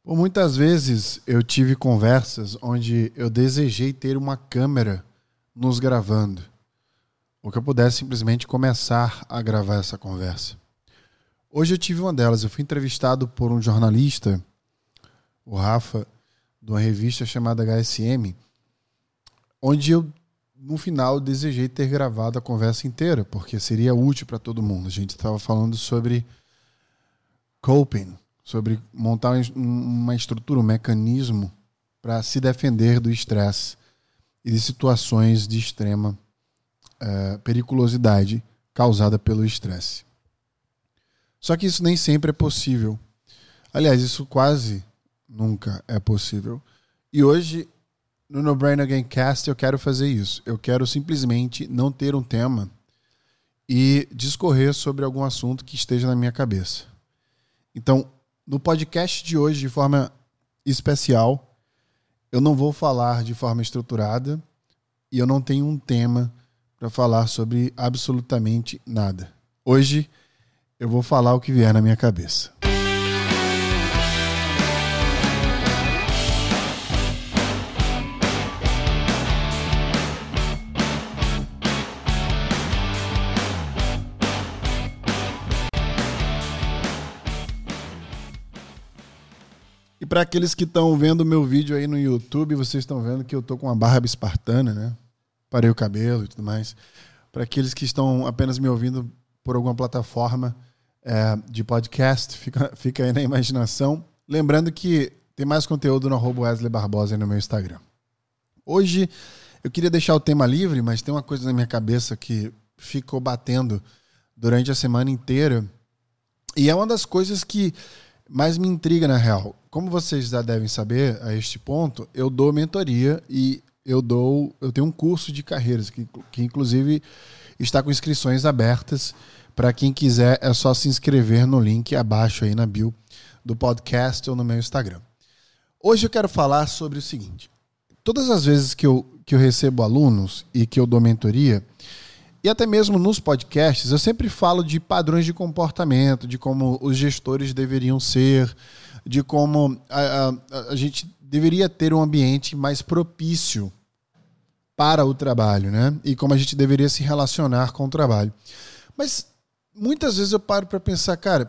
Por muitas vezes eu tive conversas onde eu desejei ter uma câmera nos gravando, ou que eu pudesse simplesmente começar a gravar essa conversa. Hoje eu tive uma delas. Eu fui entrevistado por um jornalista, o Rafa, de uma revista chamada HSM, onde eu, no final, desejei ter gravado a conversa inteira, porque seria útil para todo mundo. A gente estava falando sobre coping, sobre montar uma estrutura, um mecanismo para se defender do estresse e de situações de extrema periculosidade causada pelo estresse. Só que isso nem sempre é possível. Aliás, isso quase nunca é possível. E hoje, no No Brain Again Cast, eu quero fazer isso. Eu quero simplesmente não ter um tema e discorrer sobre algum assunto que esteja na minha cabeça. Então, no podcast de hoje, de forma especial, eu não vou falar de forma estruturada e eu não tenho um tema para falar sobre absolutamente nada. Hoje, eu vou falar o que vier na minha cabeça. E para aqueles que estão vendo o meu vídeo aí no YouTube, vocês estão vendo que eu tô com uma barba espartana, né? Parei o cabelo e tudo mais. Para aqueles que estão apenas me ouvindo por alguma plataforma de podcast, fica aí na imaginação. Lembrando que tem mais conteúdo no @Wesley Barbosa aí no meu Instagram. Hoje eu queria deixar o tema livre, mas tem uma coisa na minha cabeça que ficou batendo durante a semana inteira. E é uma das coisas que mais me intriga, na real. Como vocês já devem saber, a este ponto, eu dou mentoria e eu tenho um curso de carreiras que inclusive está com inscrições abertas. Para quem quiser, é só se inscrever no link abaixo aí na bio do podcast ou no meu Instagram. Hoje eu quero falar sobre o seguinte. Todas as vezes que eu recebo alunos e que eu dou mentoria, e até mesmo nos podcasts, eu sempre falo de padrões de comportamento, de como os gestores deveriam ser, de como a gente deveria ter um ambiente mais propício para o trabalho, né? E como a gente deveria se relacionar com o trabalho. Mas muitas vezes eu paro para pensar, cara,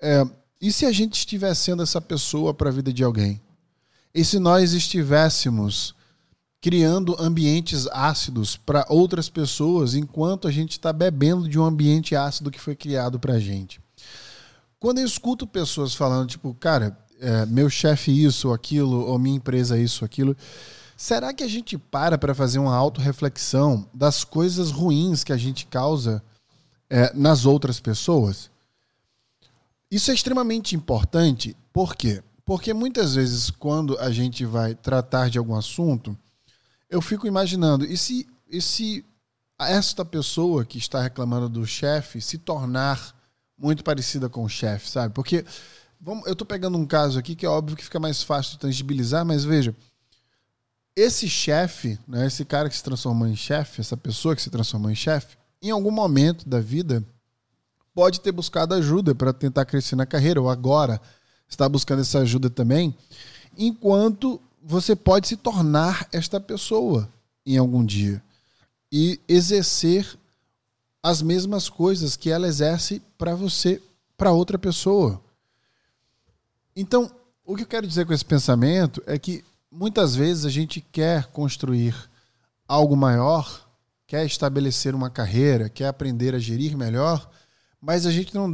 e se a gente estivesse sendo essa pessoa para a vida de alguém? E se nós estivéssemos criando ambientes ácidos para outras pessoas enquanto a gente está bebendo de um ambiente ácido que foi criado para a gente? Quando eu escuto pessoas falando, tipo, cara, meu chefe isso ou aquilo, ou minha empresa isso ou aquilo, será que a gente para fazer uma autorreflexão das coisas ruins que a gente causa nas outras pessoas? Isso é extremamente importante. Por quê? Porque muitas vezes quando a gente vai tratar de algum assunto, eu fico imaginando, e se esta pessoa que está reclamando do chefe se tornar muito parecida com o chefe, sabe? Porque eu estou pegando um caso aqui que é óbvio que fica mais fácil de tangibilizar, mas veja, esse chefe, né, esse cara que se transformou em chefe, essa pessoa que se transformou em chefe, em algum momento da vida pode ter buscado ajuda para tentar crescer na carreira, ou agora está buscando essa ajuda também, enquanto você pode se tornar esta pessoa em algum dia e exercer as mesmas coisas que ela exerce para você, para outra pessoa. Então, o que eu quero dizer com esse pensamento é que muitas vezes a gente quer construir algo maior, quer estabelecer uma carreira, quer aprender a gerir melhor, mas a gente não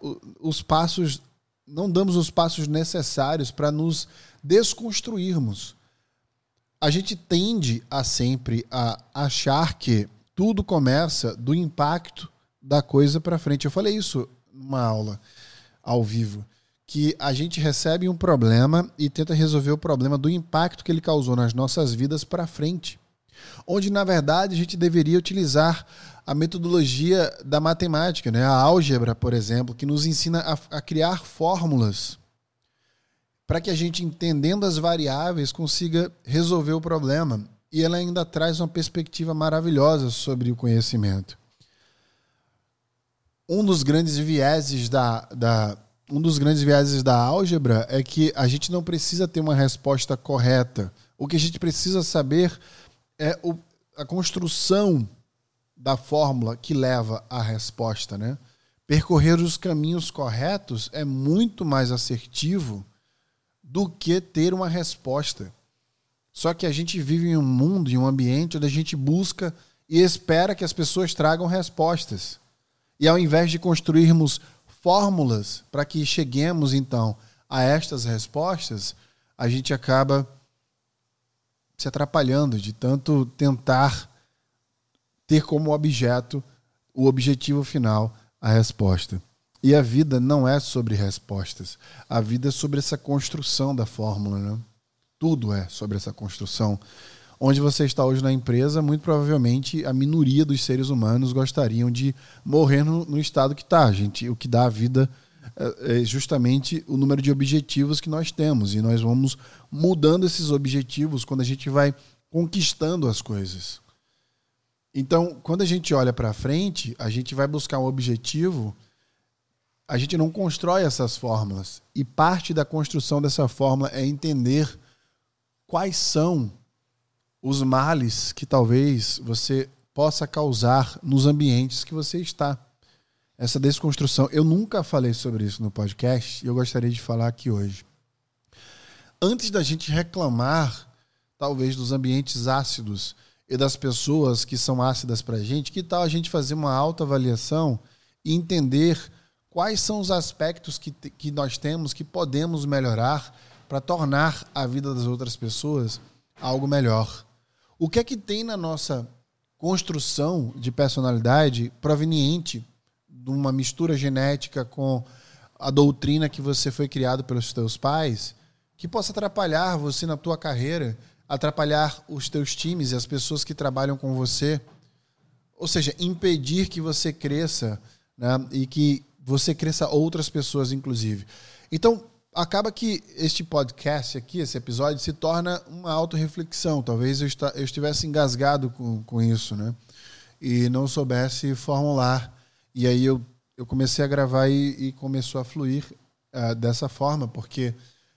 damos os passos necessários para nos desconstruirmos. A gente tende a sempre a achar que tudo começa do impacto da coisa para frente. Eu falei isso numa aula ao vivo, que a gente recebe um problema e tenta resolver o problema do impacto que ele causou nas nossas vidas para frente. Onde, na verdade, a gente deveria utilizar a metodologia da matemática, né? A álgebra, por exemplo, que nos ensina a criar fórmulas para que a gente, entendendo as variáveis, consiga resolver o problema. E ela ainda traz uma perspectiva maravilhosa sobre o conhecimento. Um dos grandes vieses da um dos grandes vieses da álgebra é que a gente não precisa ter uma resposta correta. O que a gente precisa saber é a construção da fórmula que leva à resposta, né? Percorrer os caminhos corretos é muito mais assertivo do que ter uma resposta. Só que a gente vive em um mundo, em um ambiente onde a gente busca e espera que as pessoas tragam respostas. E ao invés de construirmos fórmulas para que cheguemos, então, a estas respostas, a gente acaba se atrapalhando de tanto tentar ter como objeto o objetivo final, a resposta. E a vida não é sobre respostas. A vida é sobre essa construção da fórmula, né? Tudo é sobre essa construção. Onde você está hoje na empresa, muito provavelmente a minoria dos seres humanos gostariam de morrer no estado que está. O que dá a vida é justamente o número de objetivos que nós temos. E nós vamos mudando esses objetivos quando a gente vai conquistando as coisas. Então, quando a gente olha para frente, a gente vai buscar um objetivo, a gente não constrói essas fórmulas. E parte da construção dessa fórmula é entender quais são os males que talvez você possa causar nos ambientes que você está. Essa desconstrução. Eu nunca falei sobre isso no podcast e eu gostaria de falar aqui hoje. Antes da gente reclamar, talvez, dos ambientes ácidos e das pessoas que são ácidas para a gente, que tal a gente fazer uma autoavaliação e entender quais são os aspectos que nós temos, que podemos melhorar para tornar a vida das outras pessoas algo melhor. O que é que tem na nossa construção de personalidade proveniente de uma mistura genética com a doutrina que você foi criado pelos teus pais, que possa atrapalhar você na tua carreira, atrapalhar os teus times e as pessoas que trabalham com você, ou seja, impedir que você cresça, né, e que você cresça outras pessoas, inclusive. Então, acaba que este podcast aqui, esse episódio, se torna uma autorreflexão. Talvez eu estivesse engasgado com isso, né? E não soubesse formular. E aí eu comecei a gravar e começou a fluir dessa forma, porque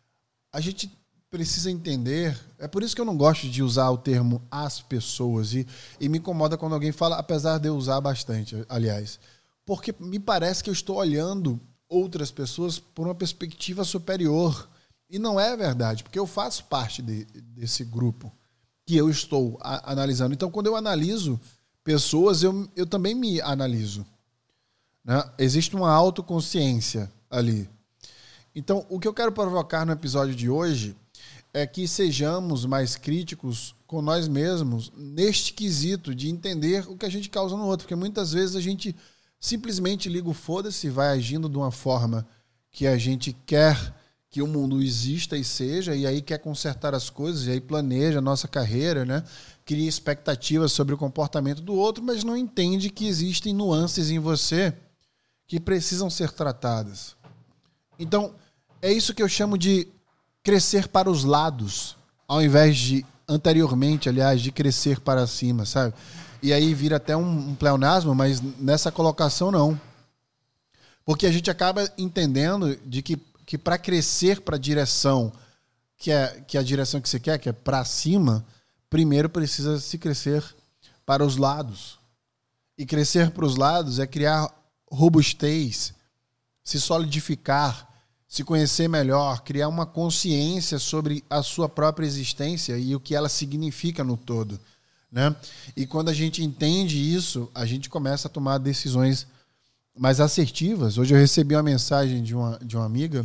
a gente precisa entender... É por isso que eu não gosto de usar o termo as pessoas. E me incomoda quando alguém fala, apesar de eu usar bastante, aliás. Porque me parece que eu estou olhando outras pessoas por uma perspectiva superior. E não é verdade, porque eu faço parte desse grupo que eu estou analisando. Então, quando eu analiso pessoas, eu também me analiso, né? Existe uma autoconsciência ali. Então, o que eu quero provocar no episódio de hoje é que sejamos mais críticos com nós mesmos neste quesito de entender o que a gente causa no outro. Porque muitas vezes a gente simplesmente liga o foda-se e vai agindo de uma forma que a gente quer que o mundo exista e seja, e aí quer consertar as coisas, e aí planeja a nossa carreira, né? Cria expectativas sobre o comportamento do outro, mas não entende que existem nuances em você que precisam ser tratadas. Então, é isso que eu chamo de crescer para os lados, ao invés de, anteriormente, aliás, de crescer para cima, sabe? E aí vira até um pleonasmo, mas nessa colocação não. Porque a gente acaba entendendo de que para crescer para a direção, que é a direção que você quer, que é para cima, primeiro precisa se crescer para os lados. E crescer para os lados é criar robustez, se solidificar, se conhecer melhor, criar uma consciência sobre a sua própria existência e o que ela significa no todo, né? E quando a gente entende isso, a gente começa a tomar decisões mais assertivas. Hoje eu recebi uma mensagem de uma amiga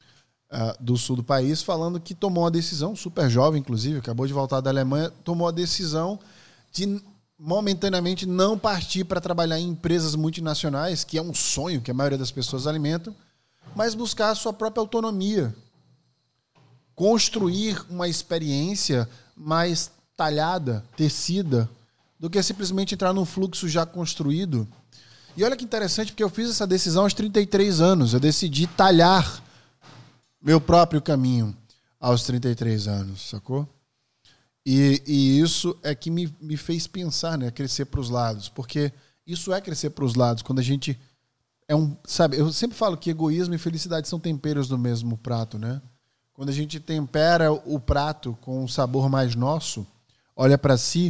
do sul do país falando que tomou uma decisão, super jovem inclusive, acabou de voltar da Alemanha, tomou a decisão de momentaneamente não partir para trabalhar em empresas multinacionais, que é um sonho que a maioria das pessoas alimentam, mas buscar a sua própria autonomia. Construir uma experiência mais talhada, tecida, do que simplesmente entrar num fluxo já construído. E olha que interessante, porque eu fiz essa decisão aos 33 anos. Eu decidi talhar meu próprio caminho aos 33 anos, sacou? E isso é que me fez pensar, né? Crescer para os lados. Porque isso é crescer para os lados. Quando a gente sabe, eu sempre falo que egoísmo e felicidade são temperos do mesmo prato, né? Quando a gente tempera o prato com um sabor mais nosso, olha para si,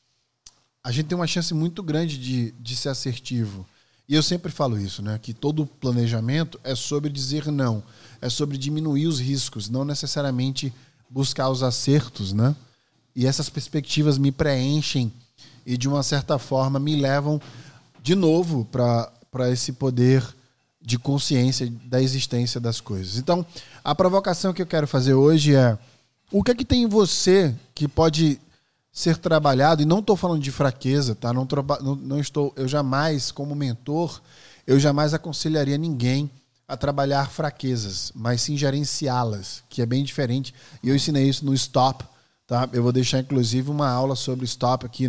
a gente tem uma chance muito grande de ser assertivo. E eu sempre falo isso, né? Que todo planejamento é sobre dizer não, é sobre diminuir os riscos, não necessariamente buscar os acertos, né? E essas perspectivas me preenchem e, de uma certa forma, me levam de novo para esse poder de consciência da existência das coisas. Então, a provocação que eu quero fazer hoje é: o que é que tem em você que pode ser trabalhado? E não estou falando de fraqueza, tá? Eu jamais, como mentor, eu jamais aconselharia ninguém a trabalhar fraquezas, mas sim gerenciá-las, que é bem diferente. E eu ensinei isso no Stop, tá? Eu vou deixar, inclusive, uma aula sobre Stop aqui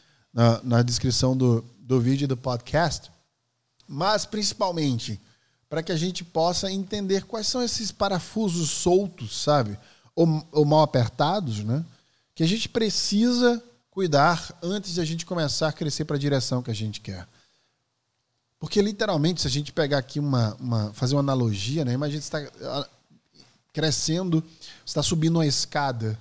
na descrição do vídeo e do podcast. Mas, principalmente, para que a gente possa entender quais são esses parafusos soltos, sabe? Ou mal apertados, né? Que a gente precisa cuidar antes de a gente começar a crescer para a direção que a gente quer. Porque, literalmente, se a gente pegar aqui fazer uma analogia, né? Imagina você está crescendo, você está subindo uma escada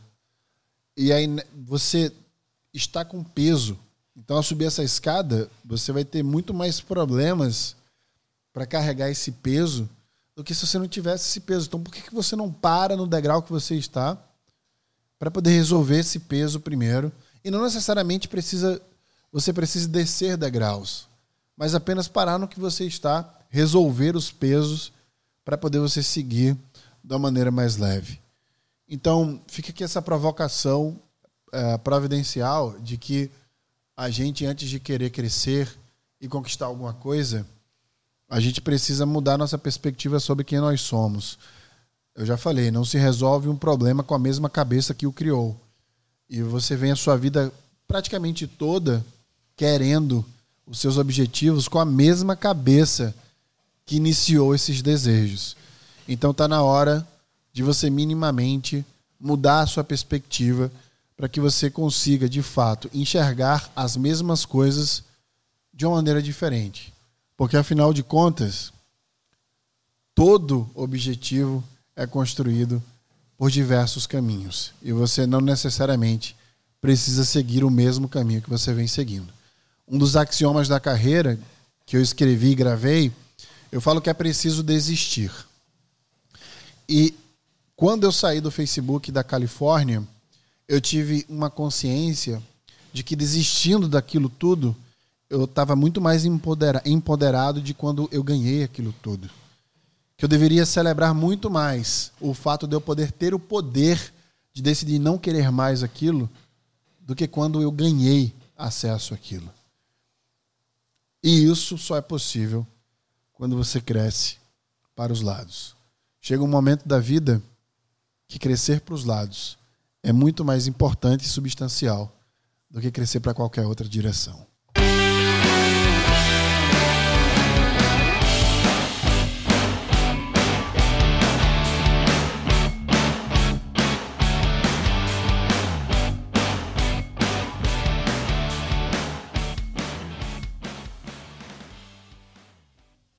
e aí você está com peso. Então, ao subir essa escada, você vai ter muito mais problemas para carregar esse peso do que se você não tivesse esse peso. Então, por que você não para no degrau que você está para poder resolver esse peso primeiro? E não necessariamente você precisa descer degraus, mas apenas parar no que você está, resolver os pesos para poder você seguir da maneira mais leve. Então, fica aqui essa provocação providencial de que a gente, antes de querer crescer e conquistar alguma coisa, a gente precisa mudar nossa perspectiva sobre quem nós somos. Eu já falei, não se resolve um problema com a mesma cabeça que o criou. E você vem a sua vida praticamente toda querendo os seus objetivos com a mesma cabeça que iniciou esses desejos. Então está na hora de você minimamente mudar a sua perspectiva para que você consiga, de fato, enxergar as mesmas coisas de uma maneira diferente. Porque, afinal de contas, todo objetivo é construído por diversos caminhos. E você não necessariamente precisa seguir o mesmo caminho que você vem seguindo. Um dos axiomas da carreira que eu escrevi e gravei, eu falo que é preciso desistir. E quando eu saí do Facebook da Califórnia, eu tive uma consciência de que, desistindo daquilo tudo, eu estava muito mais empoderado de quando eu ganhei aquilo tudo. Que eu deveria celebrar muito mais o fato de eu poder ter o poder de decidir não querer mais aquilo do que quando eu ganhei acesso àquilo. E isso só é possível quando você cresce para os lados. Chega um momento da vida que crescer para os lados é muito mais importante e substancial do que crescer para qualquer outra direção.